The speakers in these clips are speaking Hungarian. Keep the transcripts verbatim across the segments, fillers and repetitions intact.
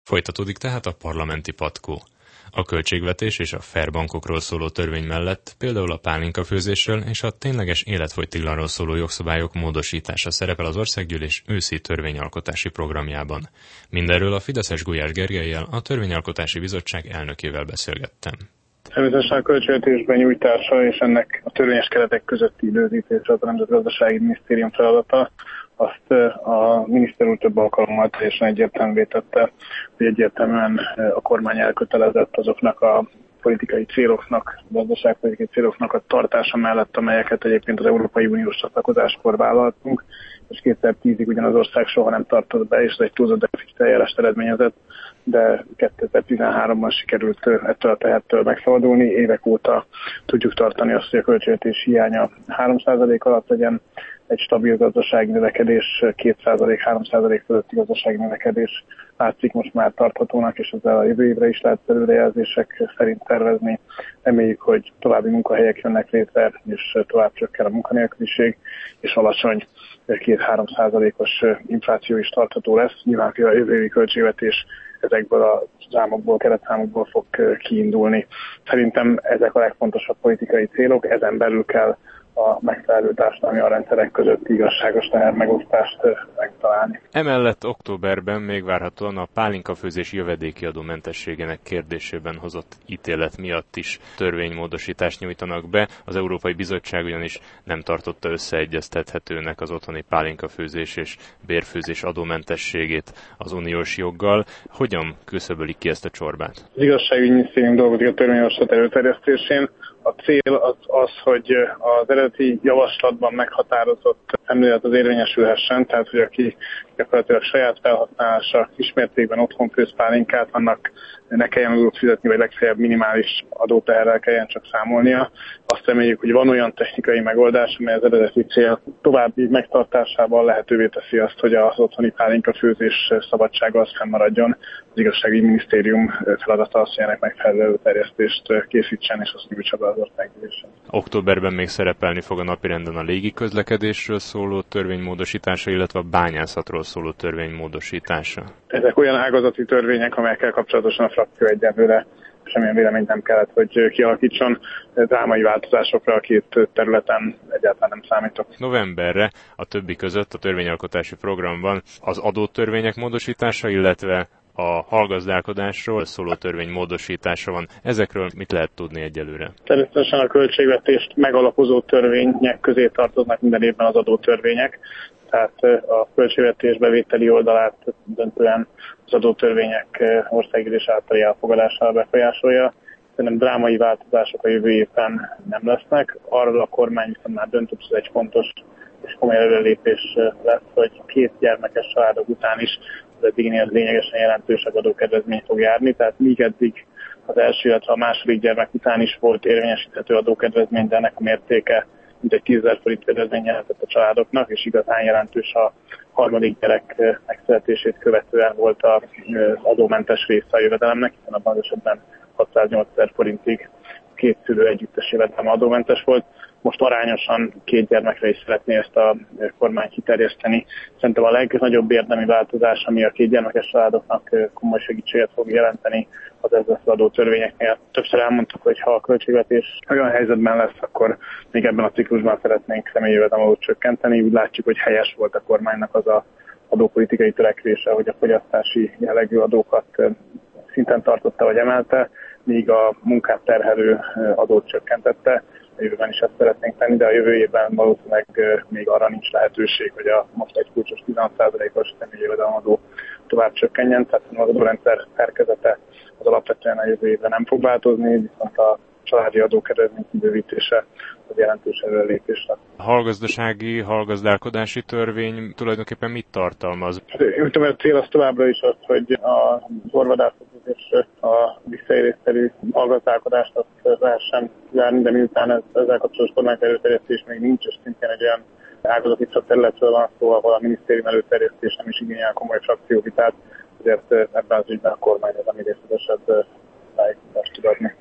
Folytatódik tehát a parlamenti patkó. A költségvetés és a fair bankokról szóló törvény mellett például a pálinkafőzésről és a tényleges életfogytiglanról szóló jogszabályok módosítása szerepel az Országgyűlés őszi törvényalkotási programjában. Mindenről a Fideszes Gulyás Gergellyel, a Törvényalkotási Bizottság elnökével beszélgettem. Természetesen a költségvetésben nyújtása és ennek a törvényes keretek közötti időzítése az a Nemzetgazdasági Minisztérium feladata. Azt a miniszter úr több alkalommal teljesen egyértelművé tette, hogy egyértelműen a kormány elkötelezett azoknak a politikai céloknak, gazdaságpolitikai céloknak a tartása mellett, amelyeket egyébként az Európai Uniós csatlakozáskor vállaltunk, és kétezer-tízig ugyan az ország soha nem tartott be, és ez egy túlzott deficit eljárást eredményezett, de kétezer-tizenháromban sikerült ettől a tehertől megszabadulni. Évek óta tudjuk tartani azt, hogy a költségvetés hiánya három százalék alatt legyen, egy stabil gazdasági növekedés, két százalék, három százalék fölötti gazdasági növekedés látszik most már tarthatónak, és ezzel a jövő évre is lehet előrejelzések szerint tervezni. Reméljük, hogy további munkahelyek jönnek létre, és tovább csökken a munkanélküliség, és alacsony két-három százalékos infláció is tartható lesz. Nyilván a jövő évi költségvetés ezekből a számokból, keretszámokból fog kiindulni. Szerintem ezek a legfontosabb politikai célok, ezen belül kell a megfelelő társadalmi arrendszerek között igazságos tehermegosztást megtalálni. Emellett októberben még várhatóan a pálinkafőzés jövedéki adómentességének kérdésében hozott ítélet miatt is törvénymódosítást nyújtanak be. Az Európai Bizottság ugyanis nem tartotta összeegyeztethetőnek az otthoni pálinkafőzés és bérfőzés adómentességét az uniós joggal. Hogyan küszöbölik ki ezt a csorbát? Az igazságügyi minisztérium dolgozik a törvényjavaslat előterjesztésén. A cél az, az, hogy az eredeti javaslatban meghatározott szemlélet az érvényesülhessen, tehát hogy aki gyakorlatilag saját felhasználása kismértékben otthon főz pálinkát, annak ne kelljen adót fizetni, vagy legfeljebb minimális adóteherrel kelljen csak számolnia. Azt reméljük, hogy van olyan technikai megoldás, amely az eredeti cél további megtartásával lehetővé teszi azt, hogy az otthoni pálinkafőzés szabadsága az fennmaradjon. Az igazságügyi minisztérium feladata az, hogy ennek megfelelő terjesztést készítsen, és azt nyújtsa be az országgyűlésen. Októberben még szerepelni fog a napirenden a légi közlekedésről szóló törvénymódosítása, illetve a bányászatról szóló törvénymódosítása. Ezek olyan ágazati törvények, amelyekkel kapcsolatosan a frakció egyelőre semmilyen véleményt nem kellett, hogy kialakítson. Drámai változásokra a két területen egyáltalán nem számítok. Novemberre a többi között a törvényalkotási programban az adótörvények módosítása, illetve a hallgazdálkodásról szóló törvény módosítása van. Ezekről mit lehet tudni egyelőre? Természetesen a költségvetést megalapozó törvények közé tartoznak minden évben az adótörvények, tehát a költségvetés bevételi oldalát döntően az adótörvények országgyűlés általi elfogadásával befolyásolja. Szerintem drámai változások a jövő évben nem lesznek. Arról a kormány viszont már döntött, hogy ez egy fontos és komoly előrelépés lesz, hogy két gyermekes családok után is az eddignél lényegesen jelentősebb adókedvezmény fog járni, tehát míg eddig az első, illetve a második gyermek után is volt érvényesíthető adókedvezmény, de ennek a mértéke mintegy tízezer forint kedvezmény jelentett a családoknak, és igazán jelentős a harmadik gyerek megszületését követően volt az adómentes része a jövedelemnek, hiszen abban az esetben hatszáznyolcezer forintig két szülő együttes jövedelem adómentes volt. Most arányosan két gyermekre is szeretné ezt a kormány kiterjeszteni. Szerintem a legnagyobb érdemi változás, ami a két gyermekes családoknak komoly segítséget fog jelenteni, az ez lesz az adótörvényeknél. Többször elmondtuk, hogy ha a költségvetés olyan helyzetben lesz, akkor még ebben a ciklusban szeretnénk személyi jövedelemadót csökkenteni. Úgy látjuk, hogy helyes volt a kormánynak az a adópolitikai törekvése, hogy a fogyasztási jellegű adókat szinten tartotta vagy emelte, míg a munkát terhelő adót csökkentette. A jövőben is ezt szeretnénk tenni, de a jövő évben valószínűleg még arra nincs lehetőség, hogy a most egy kulcsos tizenhat százalékos személyi jövedelemadó tovább csökkenjen, tehát az adórendszer szerkezete az alapvetően a jövő évben nem fog változni, viszont a családi adókedvezmény kibővítése az jelentős előrelépés lesz. A hallgazdasági, hallgazdálkodási törvény tulajdonképpen mit tartalmaz? Úgy tudom, a cél az továbbra is az, hogy a orvadászatot és a visszaélésszerű hallgazdálkodást azt lehessen zárni, de miután ez, ezzel kapcsolatos kormányzati előterjesztés még nincs, és szintén egy olyan ágazati területről van szó, ahol a minisztérium előterjesztés nem is igényel komoly frakcióvitát, ezért ebben az ügyben a kormány az, ami részletesebb tájékoztatást tud adni.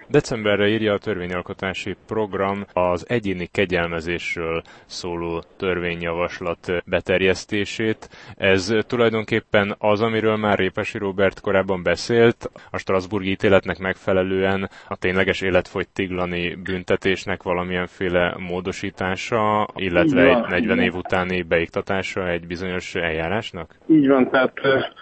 Decemberre írja a törvényalkotási program az egyéni kegyelmezésről szóló törvényjavaslat beterjesztését. Ez tulajdonképpen az, amiről már Répesi Róbert korábban beszélt, a strasbourgi ítéletnek megfelelően a tényleges életfogytiglani büntetésnek valamilyenféle módosítása, illetve egy negyven év utáni beiktatása egy bizonyos eljárásnak? Így van, tehát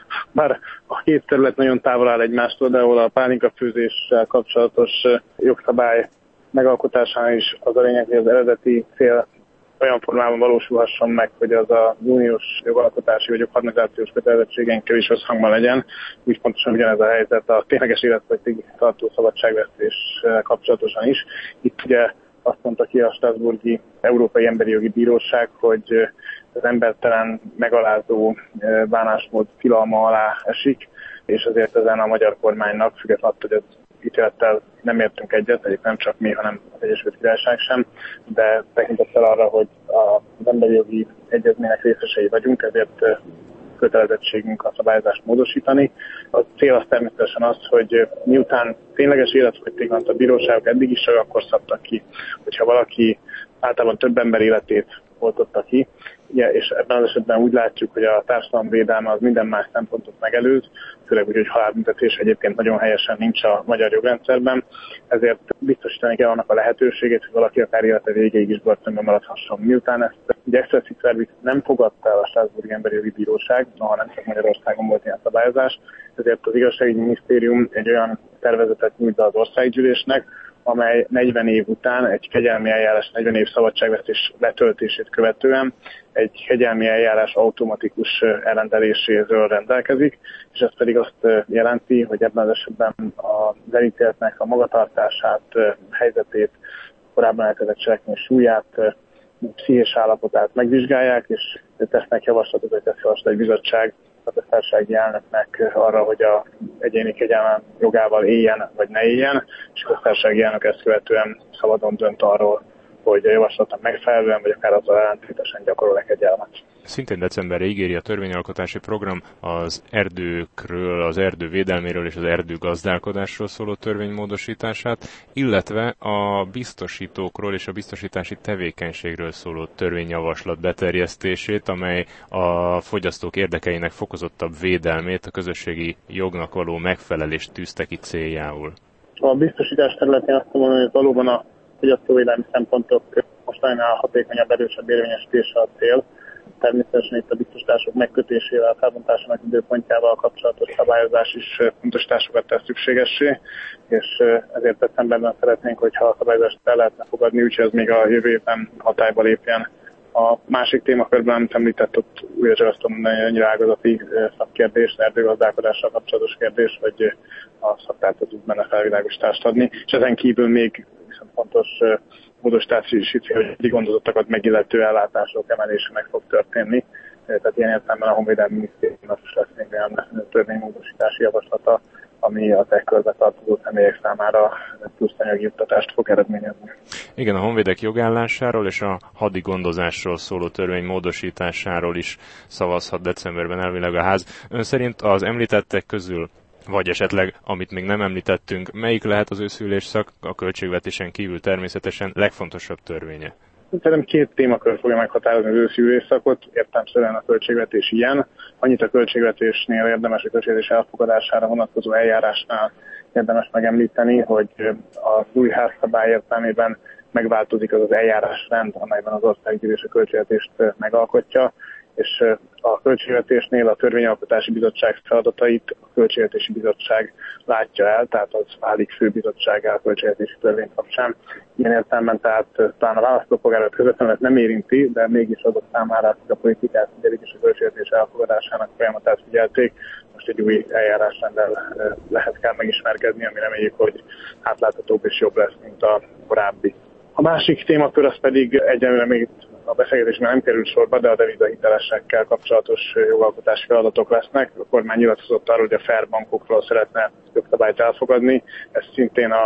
bár a két terület nagyon távol áll egymástól, de ahol a pálinkafőzéssel kapcsolatos jogszabály megalkotásánál is az a lényeg, hogy az eredeti cél olyan formában valósulhasson meg, hogy az az uniós jogalkotási vagy jogharmonizációs kötelezettségeinkkel is összhangban legyen. Úgy pontosan ugyanez a helyzet a tényleges életfogytig tartó szabadságvesztés kapcsolatosan is. Itt ugye azt mondta ki a strasbourgi Európai Emberi Jogi Bíróság, hogy az embertelen, megalázó bánásmód tilalma alá esik, és azért ezen a magyar kormánynak, függetlenül attól, hogy az ítélettel nem értünk egyet, egyébként nem csak mi, hanem az Egyesült Királyság sem, de tekintettel arra, hogy az emberi jogi egyezménynek részesei vagyunk, ezért kötelezettségünk a szabályozást módosítani. A cél az természetesen az, hogy miután tényleges életfogytiglant a bíróságok eddig is csak akkor szabtak ki, hogyha valaki általában több ember életét oltotta ki, ja, és ebben az esetben úgy látjuk, hogy a társadalomvédelme az minden más szempontot megelőz, főleg úgy, hogy halálbüntetés egyébként nagyon helyesen nincs a magyar jogrendszerben, ezért biztosítani kell annak a lehetőségét, hogy valaki akár élete végéig is börtönben maradhasson. Miután ezt ugye expressis verbis nem fogadta el a Strasbourgi Emberi Jogi Bíróság, noha nem csak Magyarországon volt ilyen szabályozás, ezért az Igazságügyi Minisztérium egy olyan tervezetet nyújt be az országgyűlésnek, amely negyven év után egy kegyelmi eljárás negyven év szabadságvesztés letöltését követően egy kegyelmi eljárás automatikus elrendeléséről rendelkezik, és ez pedig azt jelenti, hogy ebben az esetben az elítéltnek a magatartását, helyzetét, korábban elkövetett cselekmény súlyát, pszichés állapotát megvizsgálják, és tesznek javaslatot, hogy tesz javaslat egy bizottság a köztársasági elnöknek arra, hogy a egyéni kegyelem jogával éljen, vagy ne éljen, és a köztársasági elnök ezt követően szabadon dönt arról, hogy a javaslatnak megfelelően, vagy akár azzal ellentétesen gyakorol-e kegyelmet. Szintén decemberre ígéri a törvényalkotási program az erdőkről, az erdő védelméről és az erdőgazdálkodásról szóló törvény módosítását, illetve a biztosítókról és a biztosítási tevékenységről szóló törvényjavaslat beterjesztését, amely a fogyasztók érdekeinek fokozottabb védelmét, a közösségi jognak való megfelelést tűzte ki céljául. A biztosítás területén azt mondom, hogy valóban a fogyasztóvédelmi szempontok mostanában hatékonyabb, erősebb érvényesítése a cél. Természetesen itt a biztosítások megkötésével, felbontásának időpontjával kapcsolatos szabályozás is pontosításokat tesz szükségessé, és ezért decemberben szeretnénk, hogyha a szabályozást el lehetne fogadni, úgyhogy ez még a jövő évben hatályba lépjen. A másik témakörben, amit említett, ott újra csak azt mondani, hogy annyira ágazati szakkérdés, erdőgazdálkodással kapcsolatos kérdés, hogy a szaktártól tud benne felvilágosítást adni, és ezen kívül még viszont fontos módosítás is, hogy gondozottakat megillető ellátások emelése meg fog történni. Tehát ilyen értelemben a Honvédelmi Minisztériumnak is lesz még olyan törvénymódosítási javaslata, ami az e körbe tartozó személyek számára plusz anyagi juttatást fog eredményezni. Igen, a honvédek jogállásáról és a hadi gondozásról szóló törvény módosításáról is szavazhat decemberben elvileg a ház. Ön szerint az említettek közül, vagy esetleg, amit még nem említettünk, melyik lehet az őszülésszak, a költségvetésen kívül természetesen legfontosabb törvénye? Szerintem két témakör fogja meghatározni az őszi ülésszakot, értelemszerűen a költségvetés ilyen. Annyit a költségvetésnél érdemes, a költségvetés elfogadására vonatkozó eljárásnál érdemes megemlíteni, hogy az új házszabály értelmében megváltozik az az eljárásrend, amelyben az országgyűlés a költségvetést megalkotja, és a költségvetésnél a Törvényalkotási Bizottság feladatait a Költségvetési Bizottság látja el, tehát az válik főbizottsággá a költségvetési törvény kapcsán. Ilyen értelemben tehát talán a választópolgárok közvetlenül nem érinti, de mégis azok számára a politikát figyelik és a költségvetés elfogadásának folyamatát figyelték. Most egy új eljárásrenddel lehet kell megismerkedni, ami reméljük, hogy átláthatóbb és jobb lesz, mint a korábbi. A másik témakör az pedig egyenlőre még a beszélgetésben nem került sorba, de a devizahitelesekkel kapcsolatos jogalkotási feladatok lesznek. A kormány nyilatkozott arról, hogy a fair bankokról szeretne jogszabályt elfogadni. Ez szintén a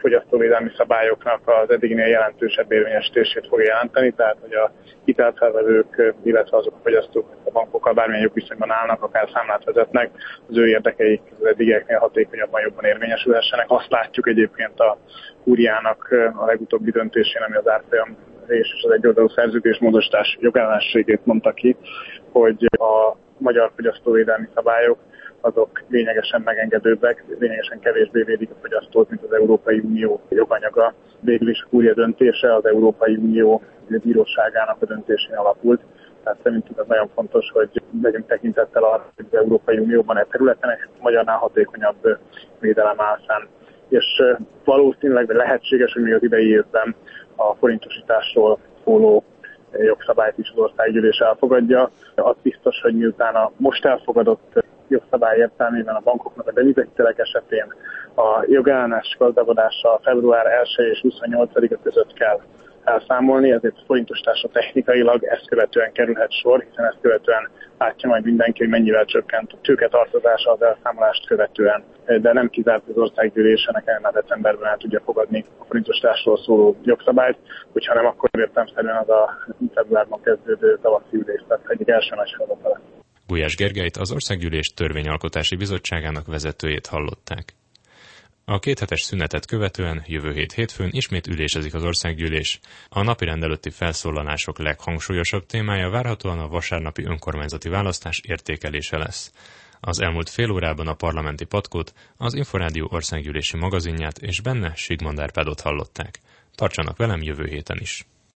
fogyasztóvédelmi szabályoknak az eddiginél jelentősebb érvényesítését fogja jelenteni, tehát hogy a hitelfelvevők, illetve azok a fogyasztók, a bankokkal bármilyen jogviszonyban állnak, akár számlát vezetnek, az ő érdekeik az eddigieknél hatékonyabban jobban érvényesülhessenek. Azt látjuk egyébként a kúriának a legutóbbi döntésén, ami az árfolyam és az egyoldalú szerződés módosítás jogellenességét mondta ki, hogy a magyar fogyasztóvédelmi szabályok azok lényegesen megengedőbbek, lényegesen kevésbé védik a fogyasztót, mint az Európai Unió joganyaga. Végül is a kúria döntése az Európai Unió bíróságának a döntésén alapult. Tehát szerintünk az nagyon fontos, hogy legyünk tekintettel arra, hogy az Európai Unióban egy területen egy magyarnál hatékonyabb védelem áll fenn. És valószínűleg lehetséges, hogy még az idei évben a forintosításról szóló jogszabályt is az országgyűlés elfogadja. Az biztos, hogy miután a most elfogadott jogszabály értelmében a bankoknak a devizahitelek esetén a jogellenes gazdagodással február elsejei és huszonnyolcadika között kell elszámolni, ezért a forintosításra technikailag ezt követően kerülhet sor, hiszen ezt követően látja majd mindenki, hogy mennyivel csökkent a tőketartozása az elszámolást követően, de nem kizárt az országgyűlés ennek már decemberben el tudja fogadni a forintosításról szóló jogszabályt, hogyha nem, akkor értelemszerűen az a februárban kezdődő tavaszi ülés, tehát egyik első nagy feladata lesz. Gulyás Gergelyt, az Országgyűlés Törvényalkotási Bizottságának vezetőjét hallották. A kéthetes szünetet követően jövő hét hétfőn ismét ülésezik az Országgyűlés. A napirend előtti felszólalások leghangsúlyosabb témája várhatóan a vasárnapi önkormányzati választás értékelése lesz. Az elmúlt fél órában a parlamenti patkót, az Inforádió országgyűlési magazinját és benne Sigmond Árpádot hallották. Tartsanak velem jövő héten is!